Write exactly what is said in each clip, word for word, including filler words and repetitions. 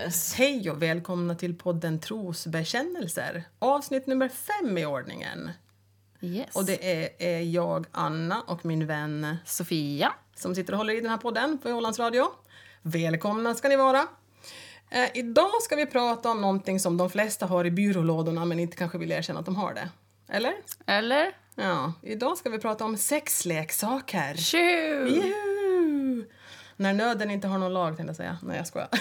Yes. Hej och välkomna till podden Trosbekännelser. Avsnitt nummer fem i ordningen. Yes. Och det är, är jag, Anna, och min vän Sofia som sitter och håller i den här podden på Ålands Radio. Välkomna ska ni vara. Eh, idag ska vi prata om någonting som de flesta har i byrålådorna men inte kanske vill erkänna att de har det. Eller? Eller? Ja, idag ska vi prata om sexleksaker. Tju! Juhu! När nöden inte har någon lag, tänkte jag säga. Nej, jag skojar.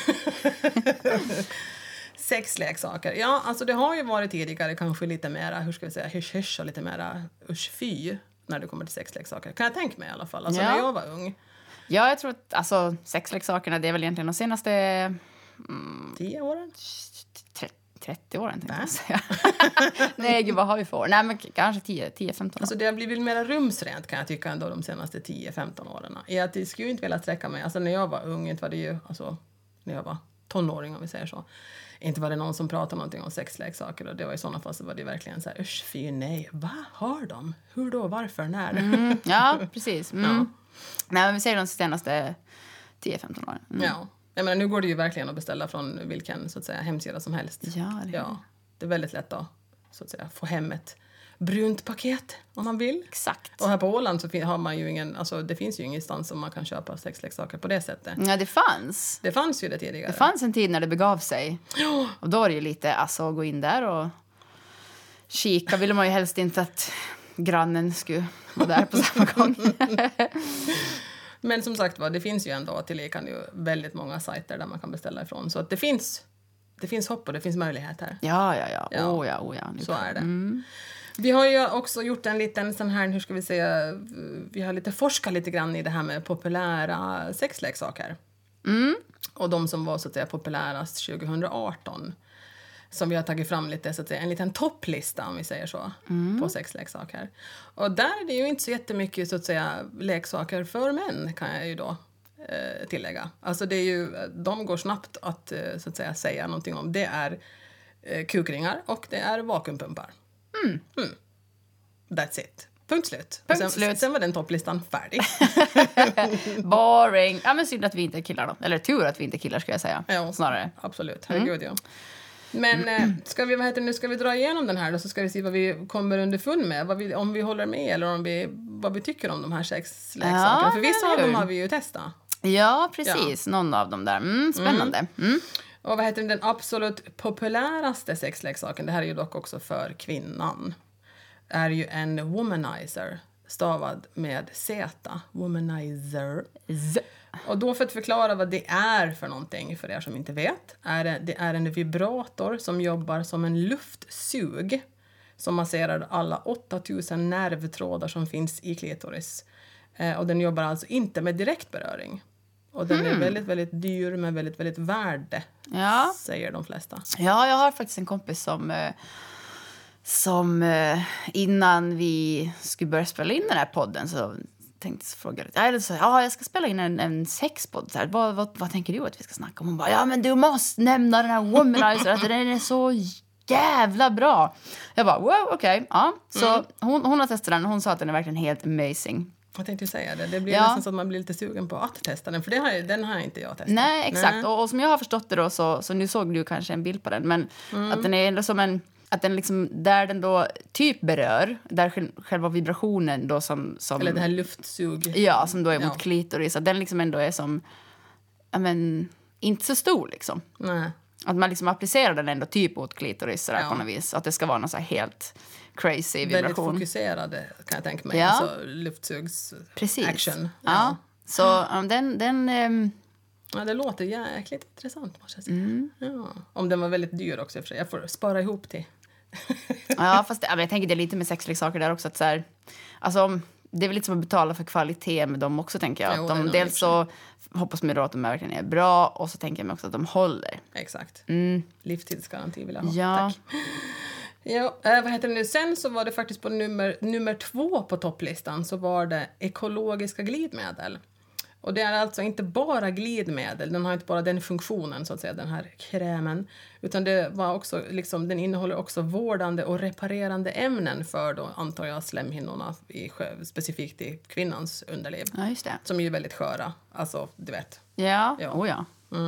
Sexleksaker. Ja, alltså det har ju varit tidigare kanske lite mera, hur ska vi säga, hysch hysch och lite mera usch fy när det kommer till sexleksaker. Kan jag tänka mig i alla fall. Alltså Ja. när jag var ung. Ja, jag tror att alltså, sexleksakerna, det är väl egentligen de senaste Mm, tio åren? trettio åren, tänkte jag säga. Nej, gud, vad har vi för? Nej, men k- kanske tio femton år. Alltså det har blivit mera rumsrent kan jag tycka ändå de senaste tio femton åren. I att det skulle ju inte vilja sträcka mig. Alltså när jag var ung, inte var det ju, alltså när jag var tonåring om vi säger så. Inte var det någon som pratade någonting om sexleksaker och det var i sådana fall så var det verkligen så här, usch, fy, nej, vad har de? Hur då, varför, när? Mm, ja, precis. Mm. Ja. Nej, men vi säger de senaste tio femton åren. Mm. Ja, jag menar, nu går det ju verkligen att beställa från vilken så att säga hemsida som helst. Ja, det är Ja, det är väldigt lätt att så att säga få hem ett brunt paket om man vill. Exakt. Och här på Åland så fin- har man ju ingen, alltså det finns ju ingenstans som man kan köpa sexleksaker på det sättet. Ja, det fanns. Det fanns ju det tidigare. Det fanns en tid när det begav sig. Och då var det ju lite, alltså, gå in där och kika. Ville man ju helst inte att grannen skulle vara där på samma gång. Men som sagt var, det finns ju ändå tillika ju väldigt många sajter där man kan beställa ifrån. Så att det finns, det finns hopp och det finns möjligheter. Ja, ja, ja. Ja. Oh, ja, oh, ja. Så är det. Vi har ju också gjort en liten sån här, hur ska vi säga, vi har lite forskat lite grann i det här med populära sexleksaker. Mm. Och de som var så att säga populärast tjugo arton. Som vi har tagit fram lite, så att säga, en liten topplista om vi säger så, Mm. på sexleksaker. Och där är det ju inte så jättemycket så att säga leksaker för män kan jag ju då eh, tillägga. Alltså det är ju, de går snabbt att eh, så att säga säga någonting om. Det är eh, kukringar och det är vakuumpumpar. Mm. Mm. That's it. Punkt slut. Punkt sen, slut. sen var den topplistan färdig. Boring. Ja, men synd att vi inte är killar då. Eller tur att vi inte är killar, ska jag säga. Ja, Snarare. absolut. Herregud, ja. Men eh, ska vi, vad heter det, nu ska vi dra igenom den här då, så ska vi se vad vi kommer underfund med. Vad vi, om vi håller med eller om vi, vad vi tycker om de här sexleksakerna. Ja, För vissa av eller dem hur? har vi ju testat. Ja, precis. Någon av dem där. Mm, spännande. Mm. Och vad heter den absolut populäraste sexleksaken, det här är ju dock också för kvinnan, är ju en womanizer, stavad med Z, womanizer. Z. Och då för att förklara vad det är för någonting, för er som inte vet, är det, det är en vibrator som jobbar som en luftsug som masserar alla åttatusen nervtrådar som finns i klitoris. Eh, och den jobbar alltså inte med direktberöring. Och den är väldigt, väldigt dyr men väldigt, väldigt värd, Ja. säger de flesta. Ja, jag har faktiskt en kompis som... Eh, som eh, innan vi skulle börja spela in den här podden så tänkte jag fråga lite. Jag så, ja, jag ska spela in en, en sexpodd. Så här, vad, vad, vad tänker du att vi ska snacka om? Hon bara, ja men du måste nämna den här womanizer. Att den är så jävla bra. Jag bara, wow, okej. Okay. Ja. Så Mm. hon, hon har testat den och hon sa att den är verkligen helt amazing. Jag tänkte ju säga det. Det blir Ja. nästan så att man blir lite sugen på att testa den. För det har, jag- den har inte jag testat. Nej, exakt. Nej. Och, och som jag har förstått det då så, så nu såg du kanske en bild på den. Men att den är ändå som en... Att den liksom, där den då typ berör, där själ- själva vibrationen då som... som Eller det här luftsug. ja, som då är mot Ja. klitoris. Att den liksom ändå är som... Ja, men inte så stor liksom. Nej. Att man liksom applicerar den ändå typ mot klitoris sådär Ja. på något vis. Att det ska vara någon så här helt crazy Väldigt vibration. fokuserade kan jag tänka mig. Ja. Alltså luftsugs Precis. action. Ja. Så um, den... den ehm, Ja, det låter jäkligt intressant måste jag säga. Mm. Ja. Om den var väldigt dyr också i och för sig. Jag får spara ihop till. Ja, fast det, ja, men jag tänker det är lite med sexleksaker där också. Att så här, alltså, om- det är väl lite som att betala för kvalitet med dem också, tänker jag. Jo, Att det är de, nog dels så hoppas man då att de verkligen är bra. Och så tänker jag mig också att de håller. Exakt. Mm. Livstidsgaranti vill jag ha. Ja. Tack. Ja, eh, vad heter det nu? Sen så var det faktiskt på nummer, nummer två på topplistan så var det ekologiska glidmedel. Och det är alltså inte bara glidmedel, den har inte bara den funktionen så att säga, den här krämen. Utan det var också, liksom, den innehåller också vårdande och reparerande ämnen för då, antar jag, slemhinnorna, i, specifikt i kvinnans underliv. Ja, just det. Som är ju väldigt sköra, alltså du vet. Ja, Ja. oh ja. Mm.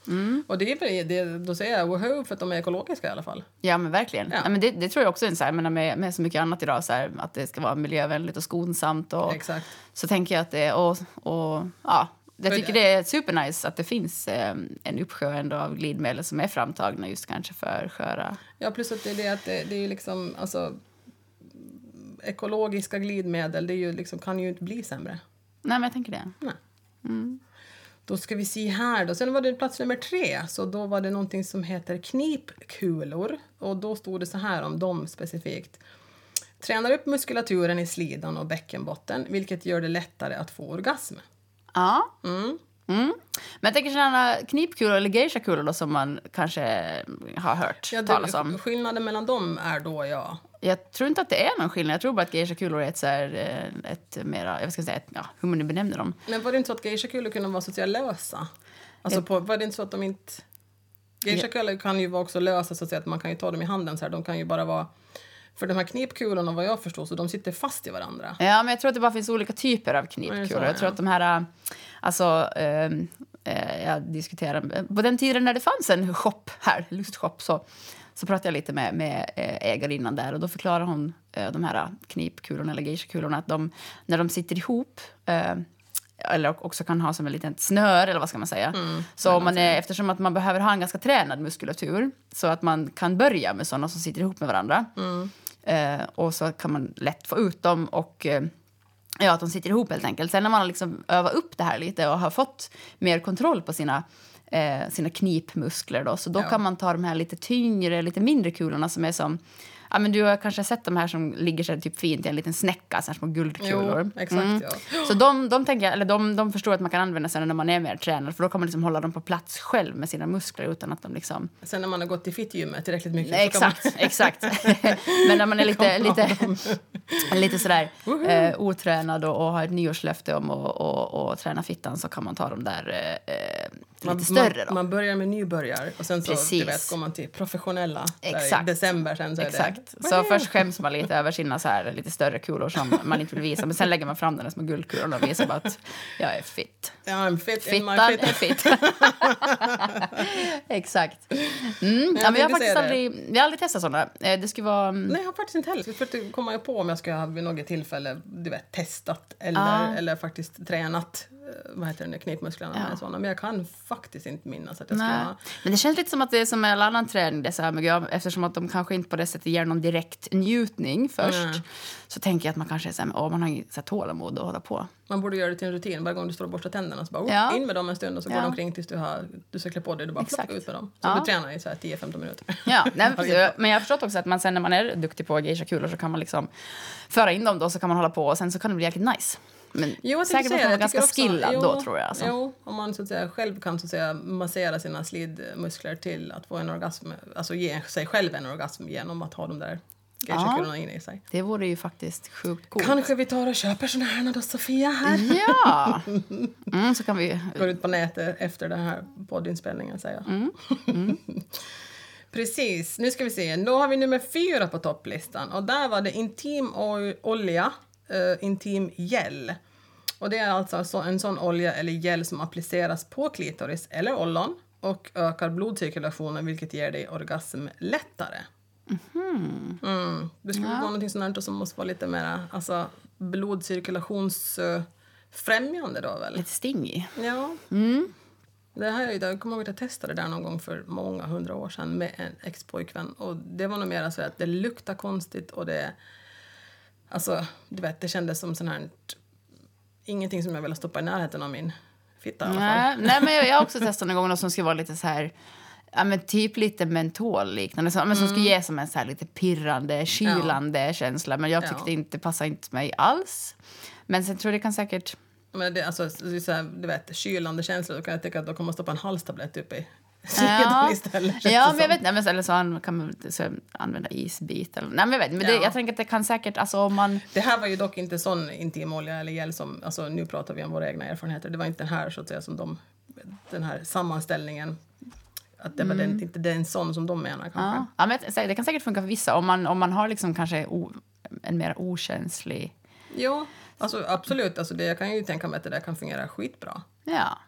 Mm. Och det är, det, då säger jag woho för att de är ekologiska i alla fall. Ja, men verkligen. Ja. Ja, men det, det tror jag också är en så här, menar, med, med så mycket annat idag, så här, att det ska vara miljövänligt och skonsamt. Och, Exakt. Så tänker jag att det och, och ja, jag tycker det är supernice att det finns eh, en uppsjö ändå av glidmedel som är framtagna just kanske för sköra. Ja, plus att det är det att det, det är liksom, alltså, ekologiska glidmedel, det är ju liksom, kan ju inte bli sämre. Nej, men jag tänker det. Nej. Mm. Då ska vi se här då. Sen var det plats nummer tre. Så då var det någonting som heter knipkulor. Och då stod det så här om dem specifikt. Tränar upp muskulaturen i slidan och bäckenbotten, vilket gör det lättare att få orgasm. Ja. Mm. Mm. Men jag tänker sådana knipkulor eller geisha-kulor då, som man kanske har hört Ja, det, talas om. skillnaden mellan dem är då, ja. Jag tror inte att det är någon skillnad. Jag tror bara att geisha-kulor är ett, så här, ett mera, jag ska säga, ett, ja, hur man nu benämner dem. Men var det inte så att geisha-kulor kunde vara så att säga lösa? Alltså på, var det inte så att de inte... Geisha-kulor kan ju vara också lösa så att säga, att man kan ju ta dem i handen så här. De kan ju bara vara... För de här knipkulorna, vad jag förstår, så de sitter fast i varandra. Ja, men jag tror att det bara finns olika typer av knipkulor. Så, jag tror ja. att de här, alltså, eh, jag diskuterar, på den tiden när det fanns en shop här, lustshop, så, så pratade jag lite med, med ägarinnan där. Och då förklarar hon eh, de här knipkulorna eller geisha-kulorna, att de, när de sitter ihop, eh, eller också kan ha som en liten snör, eller vad ska man säga. Mm, så man är, eftersom att man behöver ha en ganska tränad muskulatur, så att man kan börja med sådana som sitter ihop med varandra. Mm. Eh, och så kan man lätt få ut dem och eh, ja, att de sitter ihop helt enkelt. Sen när man har liksom övat upp det här lite och har fått mer kontroll på sina, eh, sina knipmuskler då, så då ja. kan man ta de här lite tyngre, lite mindre kulorna som är som... Ja, men du har kanske sett de här som ligger så typ fint i en liten snäcka, så här små guldkulor. Jo, exakt, mm. ja. Så de, de, tänker, eller de, de förstår att man kan använda sig när man är mer tränad, för då kan man liksom hålla dem på plats själv med sina muskler utan att de liksom... Sen när man har gått till fitgymmet tillräckligt mycket. Nej, exakt, man... exakt. Men när man är lite, lite, lite sådär eh, otränad och, och har ett nyårslöfte om att och, och, och träna fittan, så kan man ta dem där eh, lite man, större. Då. Man, man börjar med nybörjar och sen så du vet, går man till professionella. Exakt. I december sen så är exakt. Det... Så först skäms man lite över sina så här lite större kulor som man inte vill visa. Men sen lägger man fram den små guldkulorna och visar bara att jag är fit. Ja, I'm fit in my Fittan fit. är fit. Exakt. Mm. Ja, men jag har faktiskt aldrig, jag har aldrig testat sådana. Det skulle vara... Nej, jag har faktiskt inte heller. För att komma jag på om jag ska ha vid något tillfälle du vet, testat eller, ah. eller faktiskt tränat vad heter det, knipmusklerna ja. med sådana. Men jag kan faktiskt inte minnas att jag ska ha... Men det känns lite som att det är som all annan träning, det så här med, eftersom att de kanske inte på det sättet ger någon direkt njutning först. Mm. Så tänker jag att man kanske är så här, åh, man har ju så här tålamod att hålla på. Man borde göra det till en rutin. Varje gång du står och borstar tänderna så bara oh, ja. in med dem en stund och så ja. går de omkring tills du, har, du ska klä på dig och du bara plockar ut med dem. Så ja. du tränar i så här tio femton minuter. Ja, nej, men, men jag har förstått också att man sen när man är duktig på geisha-kulor så kan man liksom föra in dem då, så kan man hålla på och sen så kan det bli jäkligt nice. Men jo, säkert att man är ganska också, skillad jo, då, tror jag. Alltså. Jo, om man så att säga, själv kan så att säga, massera sina slidmuskler till att få en orgasm, alltså ge sig själv en orgasm genom att ha de där geisha-kulorna inne i sig. Det vore ju faktiskt sjukt coolt. Kanske vi tar och köper såna här då, Sofia här. Ja, mm, så kan vi... Går ut på nätet efter den här poddinspelningen, säger jag. Mm. Mm. Precis, nu ska vi se. Då har vi nummer fyra på topplistan. Och där var det intim olja. Uh, intim gel. Och det är alltså en sån olja eller gel som appliceras på klitoris eller ollon och ökar blodcirkulationen, vilket ger dig orgasm lättare. Mm. Mm. Det skulle ja. vara någonting sånt som måste vara lite mer alltså, blodcirkulationsfrämjande då väl? Lite stingig. Ja. Mm. Det här, jag kommer ihåg att jag testade det där någon gång för många hundra år sedan med en ex-pojkvän. Och det var nog mer så att det luktar konstigt och det alltså, du vet, det kändes som sån här ingenting som jag ville stoppa i närheten av min fitta i alla fall. Nej, nej men jag, jag har också testat någon gång något som skulle vara lite så här, ja men typ lite mentol-liknande, så, men som mm. skulle ge som en så här lite pirrande, kylande ja. känsla. Men jag tyckte ja. inte, passade inte mig alls. Men sen tror jag det kan säkert... Men det, alltså, så här, du vet, kylande känsla, då kan jag tycka att då kommer man stoppa en halstablett upp i ja, istället, ja men jag vet inte, eller så kan man så använda isbit eller nej men jag vet, men det, ja. jag tänker att det kan säkert alltså om man det här var ju dock inte sån intimolja eller gel som alltså nu pratar vi om våra egna erfarenheter. Det var inte den här så att säga som de den här sammanställningen att det var mm. den, inte den sån som de menar kanske. Ja, ja men det kan säkert funka för vissa om man om man har liksom kanske o, en mer okänslig. Ja, alltså absolut, alltså det jag kan ju tänka mig att det där kan fungera skitbra. Ja.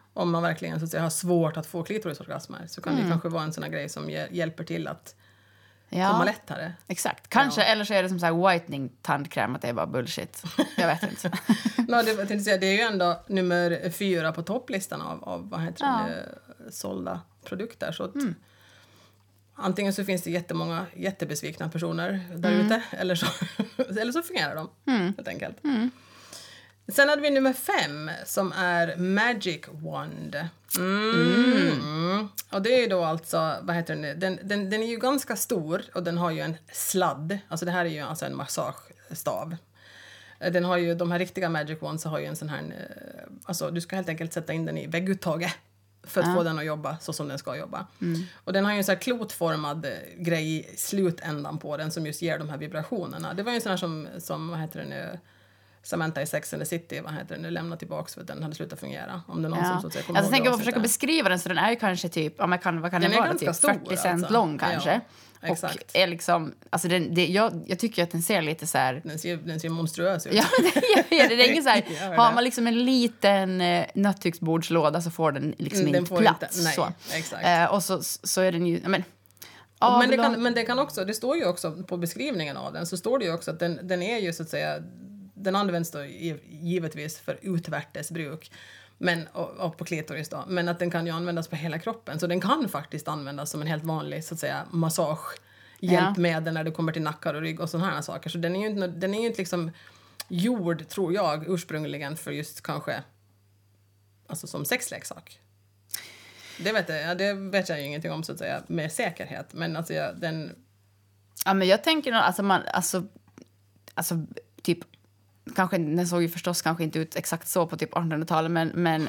om man verkligen så att säga, har svårt att få klitorisorgasmer så kan Mm. det kanske vara en sån här grej som hj- hjälper till att Ja. komma lättare. Exakt. Kanske, Ja. eller så är det som så här whitening tandkräm, att det är bara bullshit. Jag vet inte. No, det, jag tänkte säga, det är ju ändå nummer fyra på topplistan av, av vad heter Ja. det, sålda produkter. Så att Mm. antingen så finns det jättemånga jättebesvikna personer där Mm. ute eller så, eller så fungerar de Mm. helt enkelt. Mm. Sen hade vi nummer fem som är Magic Wand. Mm. Mm. Och det är ju då alltså, vad heter den? Den, den? Den är ju ganska stor och den har ju en sladd. Alltså det här är ju alltså en massagestav. Den har ju, de här riktiga Magic Wands har ju en sån här, eh, alltså du ska helt enkelt sätta in den i vägguttaget för att Ja. få den att jobba så som den ska jobba. Mm. Och den har ju en sån här klotformad eh, grej i slutändan på den som just ger de här vibrationerna. Det var ju en sån här som, som vad heter det nu, Samantha i Sex and the City, vad heter det nu, lämnade tillbaks för att den hade slutat fungera. Om det är någon Ja. som så att säga kommer Alltså, ihåg tänker det jag försöka avsnittet. beskriva den, så den är ju kanske typ, ja, man kan, vad kan Den den är vara, ganska typ stor, fyrtio cent alltså. lång kanske. Ja, och exakt. är liksom, alltså den, det, jag, jag tycker att den ser lite så här. Den ser, den ser monstruös ut. Ja, men det gör det. Det är ingen så här, Gör har det. man liksom en liten eh, nöttygsbordslåda så får den liksom Mm, den inte får plats. inte- nej, så. exakt. Eh, och så, så är den ju, men, Men det, avlång- kan, men det kan också, det står ju också på beskrivningen av den, så står det ju också att den, den är ju så att säga, den används då i- givetvis för utvärtesbruk. Men, och, och på klitoris då. Men att den kan ju användas på hela kroppen. Så den kan faktiskt användas som en helt vanlig så att säga massage. Hjälpmedel när det kommer till nackar och rygg och sådana här saker. Så den är ju inte, den är ju inte liksom gjord, tror jag, ursprungligen för just kanske alltså som sexleksak. Det vet jag, ja, det vet jag ju ingenting om så att säga med säkerhet. Men alltså jag, den... Ja, men jag tänker nog, alltså man, alltså, alltså typ, kanske, den såg ju förstås kanske inte ut exakt så på typ artonhundratalet, men, men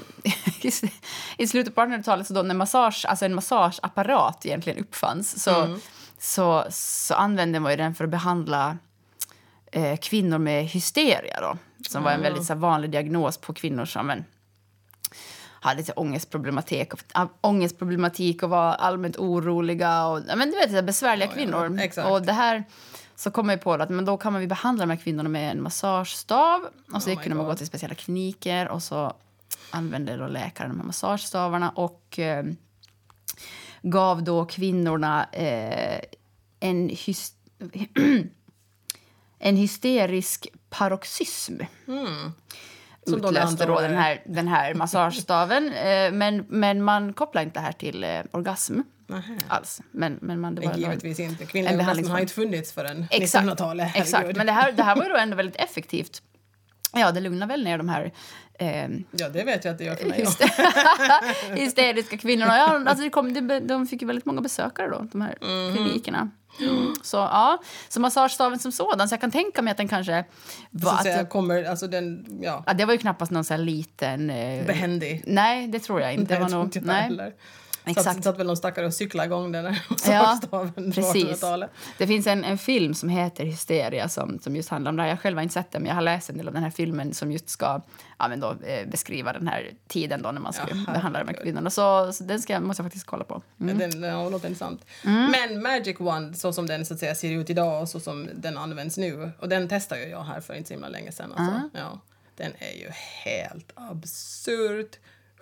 i slutet på artonhundratalet så då när massage, alltså en massageapparat egentligen uppfanns, så, Mm. så, så använde man ju den för att behandla eh, kvinnor med hysteria då, som var en väldigt så här, vanlig diagnos på kvinnor som en, hade lite ångestproblematik och, äh, ångestproblematik och var allmänt oroliga och ja, men du vet, så här, besvärliga Ja, ja, kvinnor. exakt. Och det här, så kommer jag på att men då kan man ju behandla de här kvinnorna med en massagestav och så Oh my kunde man gå God. till speciella kliniker och så använde då läkaren de här massagestavarna och eh, gav då kvinnorna eh, en hys- en hysterisk paroxysm. Mm. Som då Utlöste antar- då den här, den här massagestaven. eh, men, men man kopplar inte det här till eh, orgasm Nähä. alls. Men, men man, det var Men ändå- givetvis inte. en Kvinnliga orgasmer behandlingsform. har inte funnits förrän Exakt, nittonhundratalet. exakt. herregud. Men det här, det här var ju då ändå väldigt effektivt. Ja, det lugnar väl ner de här eh, Ja, det vet jag att det gör för mig. hyster- hysteriska kvinnorna. Ja, alltså det kom, det, de fick ju väldigt många besökare då, de här Mhm. klinikerna. Så ja, så massagestaven som sådan, så jag kan tänka mig att den kanske var Så att att säga, det, kommer, alltså den, ja, ja, det var ju knappast någon så här liten eh, behändig. nej, det tror jag inte. Det var tror nog, inte jag nej. heller. Exakt. Satt, satt väl någon stackare och cykla igång den här Ja, staven på precis. artonhundratalet. Det finns en, en film som heter Hysteria som, som just handlar om det här. Jag själv har inte sett den, men jag har läst en del av den här filmen som just ska ja, men då, eh, beskriva den här tiden då när man ska Ja, behandla de här herregud. kvinnorna. Så, så den ska, måste jag faktiskt kolla på. Mm. Den ja, låter intressant. Men Magic Wand, så som den så att säga ser ut idag och så som den används nu, och den testar ju jag här för inte så himla länge sedan. Alltså. Ja, den är ju helt absurt,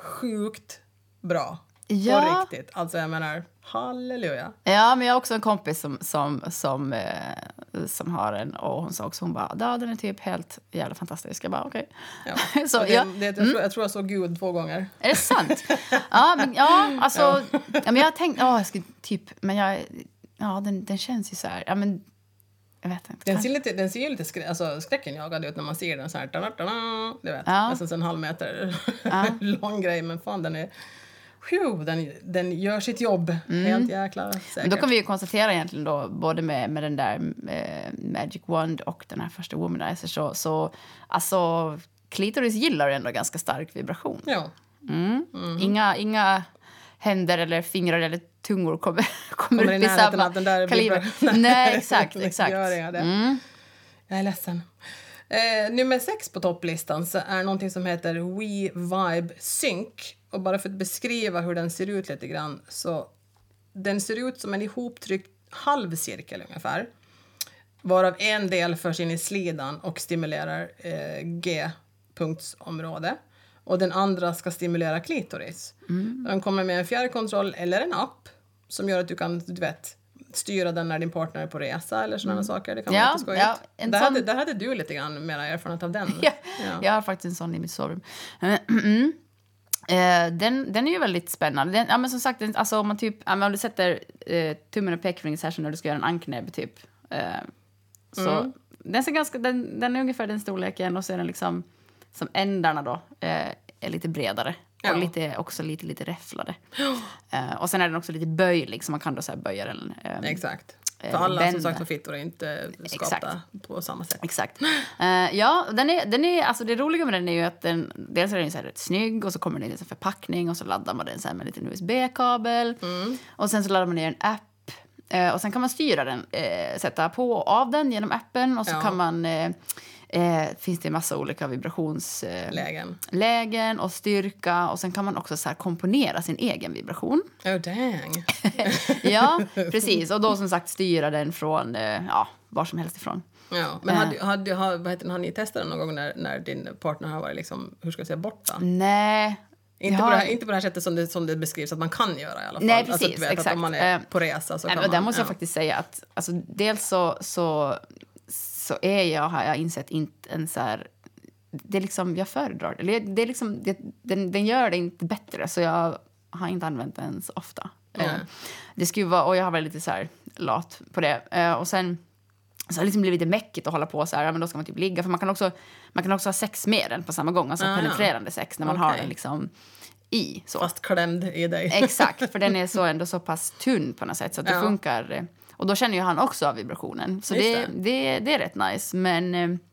sjukt bra. Ja. På riktigt. Alltså jag menar, halleluja. Ja, men jag har också en kompis som, som, som, eh, som har en, och hon sa också, hon bara, ja, den är typ helt jävla fantastisk. Jag bara, okej. Ja. Så, Och den, ja. det, jag, tror, jag tror jag såg Gud två gånger. Är det sant? Ja, men ja, alltså, ja. men jag tänkte, ja, jag skulle typ, men jag, ja, den, den känns ju så här, ja, men, jag vet inte. Den ser, lite, den ser ju lite skrä, alltså, skräckenjagad ut när man ser den så här. Da-da-da-da, du vet, Ja. nästan så en halv meter Ja. lång grej. Men fan, den är... Phew, den, den gör sitt jobb. Helt jäkla säkert. Men då kan vi ju konstatera egentligen då, både med, med den där eh, Magic Wand och den här första Womanizer, så, så alltså, klitoris gillar ju ändå ganska stark vibration. Ja. Mm. Inga, inga händer eller fingrar eller tungor kommer, kommer, Kommer i upp i närheten samma av den där kaliber. vibra- Nej, exakt, Det exakt. gör inga det. Mm. Jag är ledsen. Eh, nummer sex på topplistan så är någonting som heter We Vibe Sync. Och bara för att beskriva hur den ser ut lite grann, så den ser ut som en ihoptryckt halvcirkel ungefär. Varav en del förs in i slidan och stimulerar eh, G-punktsområde. och den andra ska stimulera klitoris. Mm. De kommer med en fjärrkontroll eller en app som gör att du kan, du vet, styra den när din partner är på resa eller sådana mm. saker. Det kan ja, vara lite skojigt. Ja, där, sån... hade, där hade du lite grann mer erfarenhet av den. ja, ja. Jag har faktiskt en sån i mitt sovrum. Mm. Eh, den, den är ju väldigt spännande. Den, ja, men som sagt, den, alltså, om man typ, ja, om du sätter eh, tummen och pekfingret så här när du ska göra en anknäbb typ. Eh, så mm. den, ser ganska, den, den är ungefär den storleken och så är den liksom som ändarna då eh, är lite bredare. Ja. Och lite, också lite, lite räfflade. Uh, och sen är den också lite böjlig så man kan då så här böja den. Um, Exakt. För alla bända. Som sagt på fittor är inte skapta på samma sätt. Exakt. Uh, ja, den är, den är, alltså det roliga med den är ju att den, dels är den så här rätt snygg och så kommer den i en förpackning och så laddar man den så här med en liten U S B-kabel. Mm. Och sen så laddar man ner en app. Uh, och sen kan man styra den, uh, sätta på och av den genom appen och så ja. kan man... Uh, Eh, finns det en massa olika vibrationslägen eh, lägen och styrka och sen kan man också så här komponera sin egen vibration. Oh dang. Ja, precis. Och då som sagt styra den från eh, ja, var som helst ifrån. Ja, men hade, eh. hade, hade, vad heter det, har ni testat den någon gång när, när din partner har varit liksom, hur ska jag säga, borta? Nej. Inte, har... på det här, inte på det här sättet som det, som det beskrivs att man kan göra i alla fall. Nej, precis. Alltså, du vet, exakt. Att om man är på resa så kan Nej, man... Där måste ja. jag faktiskt säga att alltså, dels så... så så är jag, har jag insett inte en så här, det är liksom, jag föredrar det, det är liksom, det, den, den gör det inte bättre så jag har inte använt den så ofta. Mm. Eh, det skulle vara, och jag har varit lite så här lat på det. Eh, och sen så har det liksom blivit lite mäckigt att hålla på så här, ja, men då ska man typ ligga, för man kan också, man kan också ha sex med den på samma gång, alltså ah, penetrerande sex när man okay. har den liksom i. Så. Fast klämd i dig. Exakt, för den är så ändå så pass tunn på något sätt så att det ja. funkar. Och då känner ju han också av vibrationen. Så det, det. Det, det är rätt nice. Men,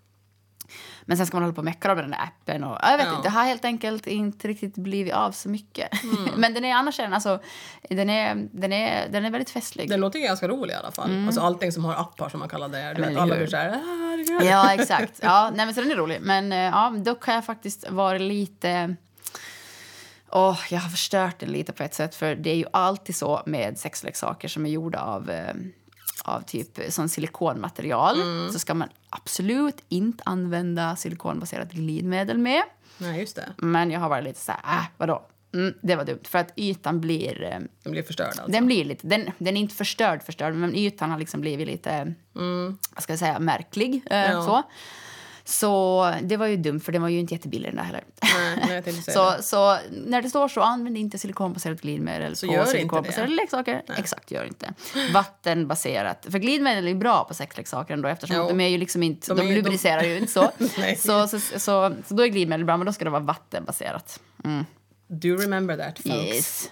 men sen ska man hålla på och mecka med den där appen. Och, jag vet ja. inte, det har helt enkelt inte riktigt blivit av så mycket. Mm. Men den är annars, alltså, den är, den är, den är väldigt festlig. Den låter ganska rolig i alla fall. Mm. Alltså allting som har appar som man kallar det. Du vet, alla blir så här, ah, ja, exakt. Ja, nej, men så den är rolig. Men ja, dock har jag faktiskt varit lite... Oh, jag har förstört den lite på ett sätt. För det är ju alltid så med sexleksaker som är gjorda av, eh, av typ sån silikonmaterial. Mm. Så ska man absolut inte använda silikonbaserat glidmedel med. Nej, just det. Men jag har varit lite så här, äh, vadå? Mm, det var dumt. För att ytan blir... Eh, den blir förstörd alltså. Den blir lite... Den, den är inte förstörd, förstörd. Men ytan har liksom blivit lite... Mm. Vad ska jag säga? Märklig. Eh, ja. Så. Så det var ju dumt, för den var ju inte jättebillig den där heller. Nej, nej, jag tänkte så, så när det står så, använd inte silikonbaserat glidmedel så på gör silikonbaserade leksaker. Nej. Exakt, gör inte. Vattenbaserat. För glidmedel är bra på sexleksaker ändå, eftersom jo. de är ju liksom inte, de, de lubricerar de... ju inte så. så, så, så. Så så då är glidmedel bra, men då ska det vara vattenbaserat. Mm. Do you remember that, folks? Yes.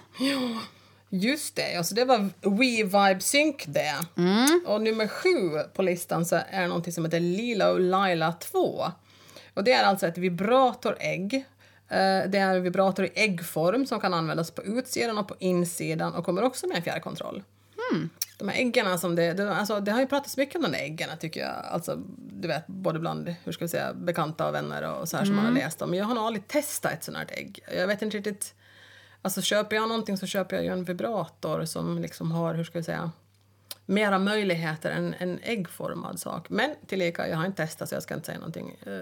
Just det, alltså det var WeVibe Sync det. Mm. Och nummer sju på listan så är det någonting som heter Lila och Laila två. Och det är alltså ett vibratorägg. Det är en vibrator i äggform som kan användas på utsidan och på insidan och kommer också med en fjärrkontroll. Mm. De här äggen som det, det, alltså det har ju pratats mycket om de där äggen tycker jag. Alltså, du vet, både bland, hur ska vi säga, bekanta och vänner och så här mm. som man har läst om. Men jag har nog aldrig testat ett sånt här ägg. Jag vet inte riktigt... Alltså köper jag någonting så köper jag ju en vibrator som liksom har, hur ska jag säga, mera möjligheter än en äggformad sak. Men tillika, jag har inte testat så jag ska inte säga någonting eh,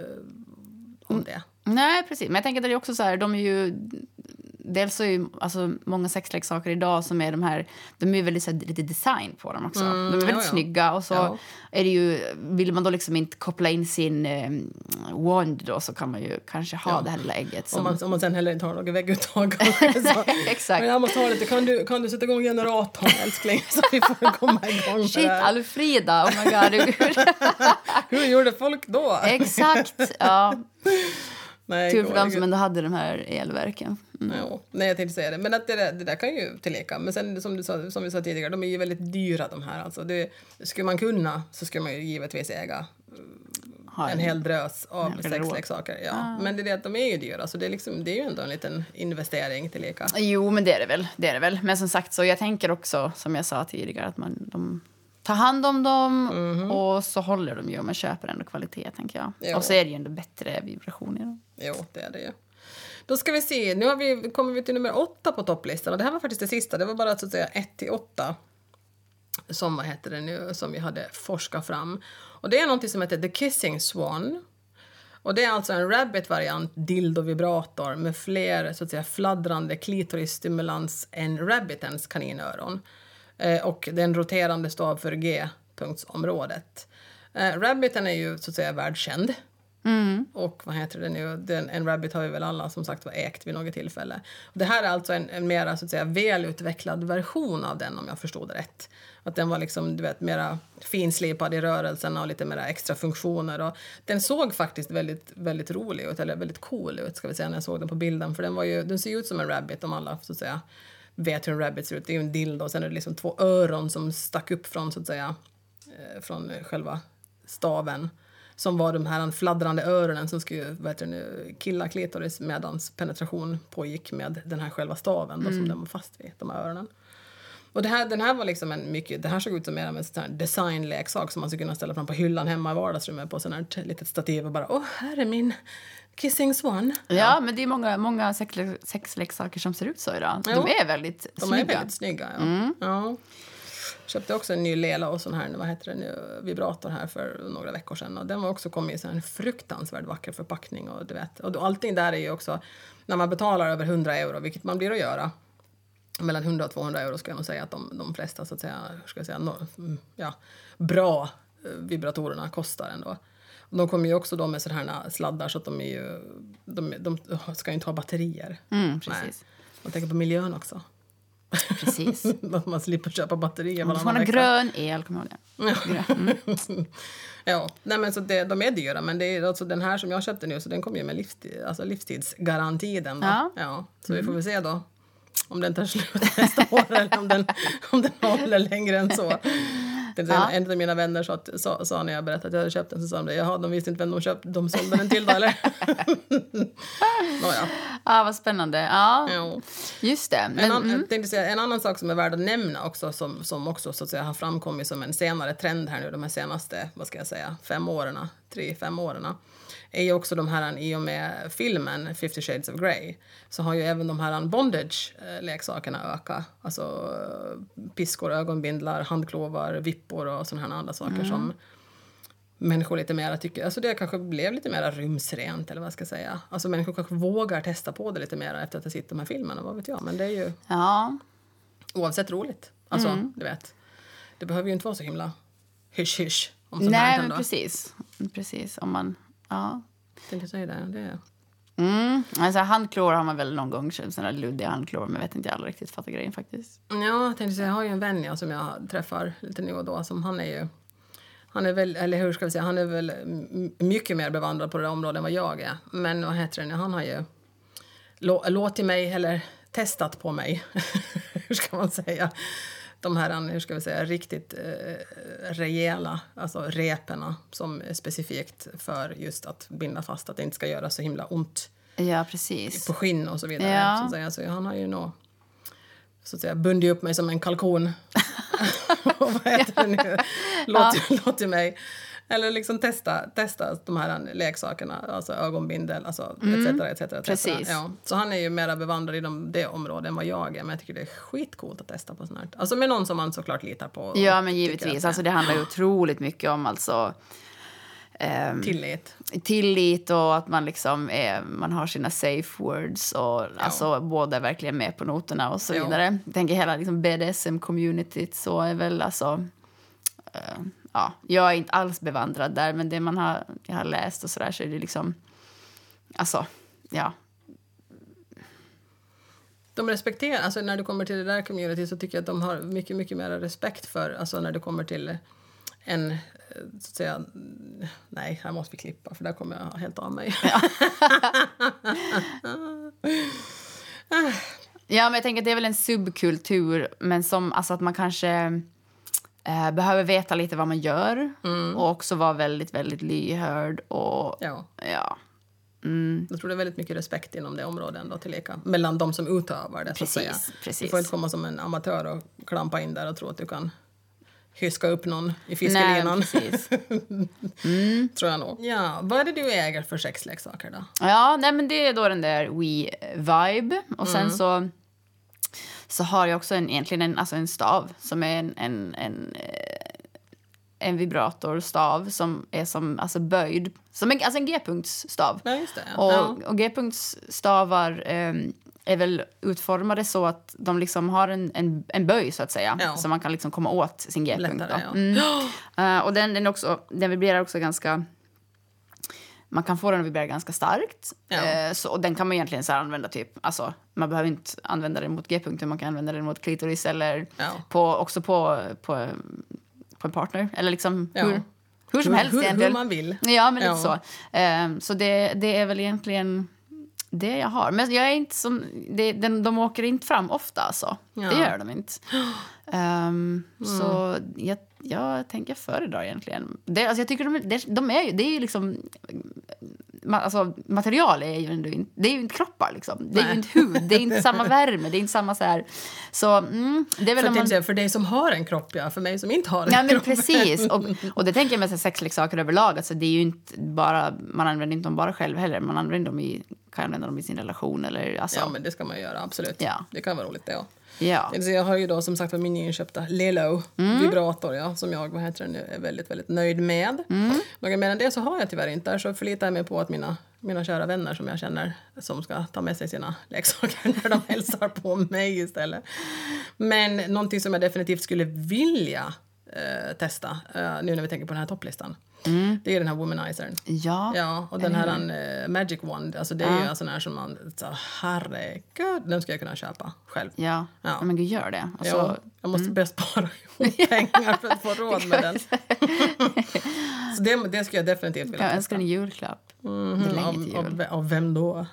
om det. Nej, precis. Men jag tänker att det är också så här, de är ju... Dels så är ju alltså, många sexleksaker idag som är de här, de är väldigt så här, lite design på dem också. Mm, de är väldigt ja, ja. snygga och så ja. är det ju, vill man då liksom inte koppla in sin eh, wand då så kan man ju kanske ha ja. det här lilla ägget. Som... Om, man, om man sen heller inte har något vägguttag. Så. Exakt. Men jag måste ha lite, kan du, kan du sätta igång generatorn älskling så vi får komma igång. Shit, Alfrida, oh my god. Hur gjorde folk då? Exakt, ja. Nej, tur för dem som ändå hade de här elverken. Mm. Ja, nej, jag tänkte säga det. Men att det, där, det där kan ju tilleka. Men sen som, du sa, som vi sa tidigare, de är ju väldigt dyra de här. Alltså det, skulle man kunna så skulle man ju givetvis äga en, en hel drös av sexleksaker. Ja. Ah. Men det är det att de är ju dyra. Så det är, liksom, det är ju ändå en liten investering tilleka. Jo, men det är det väl. Det är det väl. Men som sagt, så jag tänker också, som jag sa tidigare, att man... De... Ta hand om dem mm-hmm. och så håller de ju om man köper ändå kvalitet, tänker jag. Jo. Och så är det ju ändå bättre vibration i dem. Jo, det är det ju. Då ska vi se, nu har vi, kommer vi till nummer åtta på topplistan. Och det här var faktiskt det sista, det var bara så att säga ett till åtta. Som, vad heter det nu, som vi hade forskat fram. Och det är någonting som heter The Kissing Swan. Och det är alltså en Rabbit-variant dildo-vibrator med fler så att säga fladdrande klitorisstimulans än Rabbitens kaninöron. Eh, och den roterande stav för G-punktsområdet. Eh, Rabbiten är ju så att säga världskänd. Mm. Och vad heter det nu? Den, en Rabbit har ju väl alla som sagt var ägt vid något tillfälle. Det här är alltså en, en mera så att säga välutvecklad version av den, om jag förstod det rätt. Att den var liksom, du vet, mera finslipad i rörelsen och lite mera extra funktioner. Och den såg faktiskt väldigt, väldigt rolig ut, eller väldigt cool ut ska vi säga, när jag såg den på bilden. För den, var ju, den ser ut som en Rabbit, om alla så att säga vet hur en Rabbit ser ut. Det är ju en dildo och sen är det liksom två öron som stack upp från så att säga från själva staven. Som var de här fladdrande öronen som skulle vet du, nu, killa klitoris medans penetration pågick med den här själva staven då, mm. som den var fast vid, de här öronen. Och det här, den här var liksom en mycket, det här såg ut som mer av en sån här designleksak som man skulle kunna ställa fram på hyllan hemma i vardagsrummet på sån här litet stativ och bara, åh, här är min kissing swan. Ja, ja. Men det är många, många sexleksaker som ser ut så idag. De jo, är väldigt de snygga. De är väldigt snygga, ja. Mm. ja. Köpte också en ny Lela och sån här, vad heter det nu, vibrator här för några veckor sedan. Och den var också kommit i en fruktansvärd vacker förpackning. Och, du vet, och allting där är ju också, när man betalar över hundra euro, vilket man blir att göra, mellan hundra och tvåhundra euro ska jag nog säga att de, de flesta så att säga, ska jag säga, no, ja, bra vibratorerna kostar ändå. Och de kommer ju också då med sådana här sladdar så att de är ju, de, de ska ju inte ha batterier. Mm, precis. Nej. Man tänker på miljön också. Precis. Att man slipper köpa batterier. Man får en grön el, kommer jag ihåg det. Mm. Ja, nej men så det, de är dyra, men det är alltså den här som jag köpte nu, så den kommer ju med livstid, alltså livstidsgaranti den då. Ja. Ja, så mm. vi får väl se då om den tar slut nästa år eller om den, om den håller längre än så. Det, ja. En av mina vänner sa, sa, sa när jag berättade att jag hade köpt den, så sa de, jaha, de visste inte vem de köpte, de sålde den till då, eller? Nåja. Ja, vad spännande. Ja, ja. Just det. Men, en, an, mm. tänkte säga, en annan sak som är värd att nämna också, som, som också så att säga har framkommit som en senare trend här nu, de här senaste, vad ska jag säga, fem åren, tre, fem åren, är ju också de här, i och med filmen Fifty Shades of Grey, så har ju även de här bondage-leksakerna ökat. Alltså piskor, ögonbindlar, handklovar, vippor och sådana här andra saker mm. som människor lite mer tycker, alltså det kanske blev lite mer rumsrent, eller vad jag ska säga. Alltså människor kanske vågar testa på det lite mer efter att ha sett de här filmerna, vad vet jag. Men det är ju ja. oavsett roligt. Alltså, mm. du vet. Det behöver ju inte vara så himla hysch-hysch. Nej, men precis. Precis, om man, ja. Tänkte säga det, det är... Mm. Alltså, handklor har man väl någon gång köpt, sådana luddiga handklor, men jag vet inte jag aldrig riktigt fattar grejen faktiskt. Ja, jag tänkte säga, jag har ju en vän ja, som jag träffar lite nu och då, som han är ju, han är väl, eller hur ska vi säga, han är väl mycket mer bevandrad på det området än vad jag är. Men vad heter det nu, han har ju lå, låtit mig, eller testat på mig, hur ska man säga, de här, hur ska vi säga, riktigt eh, rejäla, alltså reperna som är specifikt för just att binda fast, att det inte ska göra så himla ont. Ja, precis. På skinn och så vidare. Ja. Så att säga. Så han har ju nog, så att säga, bundit upp mig som en kalkon. Och vad heter det nu? Låt, ja. låt mig. Eller liksom testa, testa de här leksakerna, alltså ögonbindel, alltså mm. etc, etc, etc. Precis. Ja. Så han är ju mer bevandrad i de, det området än vad jag är, men jag tycker det är skitcoolt att testa på sånt här. Alltså med någon som man såklart litar på. Ja, men givetvis. Alltså det handlar ju otroligt mycket om alltså Um, tillit. tillit och att man liksom är, man har sina safe words och ja. Alltså båda är verkligen med på noterna och så vidare. Ja. Jag tänker hela liksom B D S M-communityt så är väl alltså uh, ja, jag är inte alls bevandrad där, men det man har, jag har läst och sådär så är det liksom alltså, ja. De respekterar, alltså när du kommer till det där community så tycker jag att de har mycket, mycket mer respekt för, alltså när du kommer till en, så att säga, nej, här måste vi klippa för där kommer jag helt av mig. Ja, ja men jag tänker att det är väl en subkultur, men som, alltså att man kanske eh, behöver veta lite vad man gör mm. och också vara väldigt, väldigt lyhörd och ja. ja. Mm. Jag tror det är väldigt mycket respekt inom det området ändå tillika. Mellan de som utövar det, precis, så att säga. Precis. Du får inte komma som en amatör och klampa in där och tro att du kan hyska upp någon i fiskelinan. Nej, precis. Mm. Tror jag nog. Ja, vad är det du äger för sexleksaker då? Ja, nej men det är då den där Wii Vibe. Och sen mm. så, så har jag också en, egentligen en, alltså en stav som är en, en, en, en vibratorstav som är som alltså böjd som en, alltså en G-punktsstav. Ja, just det. Och, Ja. och G-punktsstavar eh, är väl utformade så att de liksom har en, en, en böj så att säga. Ja. Så man kan liksom komma åt sin G-punkt. Lättare, då. ja. Mm. Uh, och den, den, också, den vibrerar också ganska... Man kan få den att vibrera ganska starkt. Ja. Uh, så, och den kan man egentligen så här använda typ... Alltså, man behöver inte använda den mot G-punkten. Man kan använda den mot klitoris eller Ja. på, också på, på, på en partner. Eller liksom Ja. hur, hur som Hur- helst hur- egentligen. hur man vill. Ja, men Ja. lite så. Um, så det, det är väl egentligen... Det jag har. Men jag är inte som... Det, den, de åker inte fram ofta, alltså. Ja. Det gör de inte. Um, mm. Så jag, jag tänker föredra egentligen. Det, alltså jag tycker de, de, de är ju... Det är ju liksom... Ma, alltså, material är ju ändå inte... Det är ju inte kroppar, liksom. Det är Nej. ju inte hud. Det är inte samma värme. Det är inte samma så här... Så mm, det är väl För, om man... man... för dig som har en kropp, ja. För mig som inte har en Ja, men kropp. precis. Och, och det tänker jag med så här sexleksaker överlag. Alltså, det är ju inte bara... Man använder inte dem bara själv heller. Man använder dem i... Kan använda dem i sin relation eller... Alltså, Ja, men det ska man göra, absolut. Ja. Det kan vara roligt, det, ja. ja. Så jag har ju då som sagt för min nyinköpta Lelo vibrator, ja, som jag vad heter det nu, är väldigt, väldigt nöjd med. Mm. Men medan det så har jag tyvärr inte. Så förlitar jag mig på att mina, mina kära vänner som jag känner som ska ta med sig sina leksaker när de hälsar på mig istället. Men någonting som jag definitivt skulle vilja eh, testa eh, nu när vi tänker på den här topplistan. Mm. Det är den här womanizern. Ja. Ja, och den här uh, Magic Wand, alltså det är ju en sån här som man, så, herregud, den ska jag kunna köpa själv. Ja, Ja. ja. Men gud, gör det. Och så, Ja, jag måste mm. bäst spara ihop pengar för att få råd med den. Så det, det ska jag definitivt vilja jag testa. önskar en julklapp. Mm, Det är länge av, till jul. av, av vem då?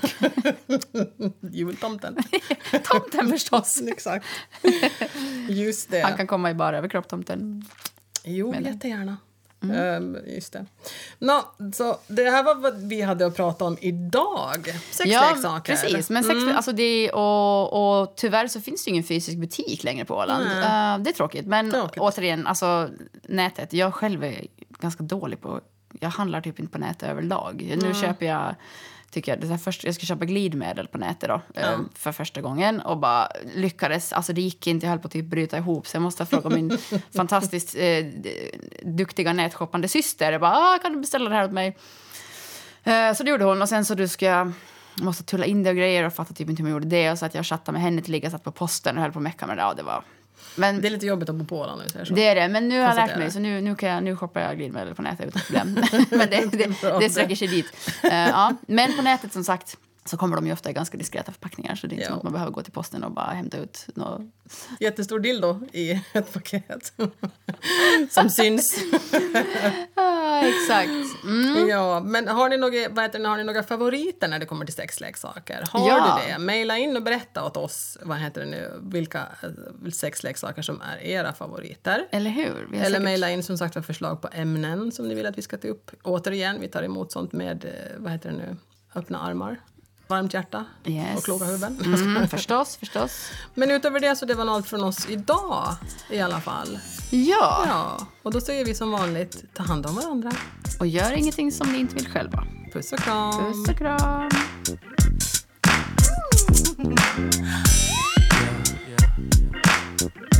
Jultomten. Tomten förstås. Exakt. Just det. Han kan komma i bara överkropp, tomten. Jo, Med jättegärna. Mm. Um, just det. Nå, så det här var vad vi hade att prata om idag. Sexleksaker. Ja, precis. Men sex, mm. alltså det, och, och tyvärr så finns det ju ingen fysisk butik längre på Åland. Uh, det är tråkigt. Men tråkigt. återigen, alltså nätet. Jag själv är ganska dålig på... Jag handlar typ inte på nätet överlag. Mm. Nu köper jag... Tycker jag, det här först, jag ska köpa glidmedel på nätet då, ja. eh, för första gången. Och bara lyckades. Alltså det gick inte. Jag höll på att typ bryta ihop. Så jag måste fråga min fantastiskt eh, duktiga nätshoppande syster. Jag bara, ah, kan du beställa det här åt mig? Eh, så det gjorde hon. Och sen så du ska jag måste tulla in det och grejer. Och fatta typ inte hur man gjorde det. Och så att jag chattade med henne till ligga. Satt på posten och höll på att mecka med det. Ja, det var... Men, det är lite jobbigt att bo på Åland nu. Så. Det är det, men nu har jag lärt mig. Så nu, nu, kan jag, nu shoppar jag glidmedel på nätet utan problem. Men det, det, det sträcker sig dit. Uh, ja. Men på nätet som sagt så kommer de ju ofta i ganska diskreta förpackningar. Så det är inte ja. som att man behöver gå till posten och bara hämta ut något. Jättestor dildo i ett paket. Som syns. ah, exakt. Mm. Ja, men har ni, några, vad heter det, har ni några favoriter när det kommer till sexleksaker? Har ja. du det? Maila in och berätta åt oss vad heter det nu, vilka sexleksaker som är era favoriter. Eller hur? Eller säkert... maila in som sagt för förslag på ämnen som ni vill att vi ska ta upp. Återigen, vi tar emot sånt med, vad heter det nu, öppna armar. Varmt hjärta yes. och kloka huvuden. Mm, förstås, förstås. Men utöver det så det var allt från oss idag i alla fall. Ja. Ja. Och då säger vi som vanligt, ta hand om varandra. Och gör ingenting som ni inte vill själva. Puss och kram. Puss och kram. Yeah, yeah.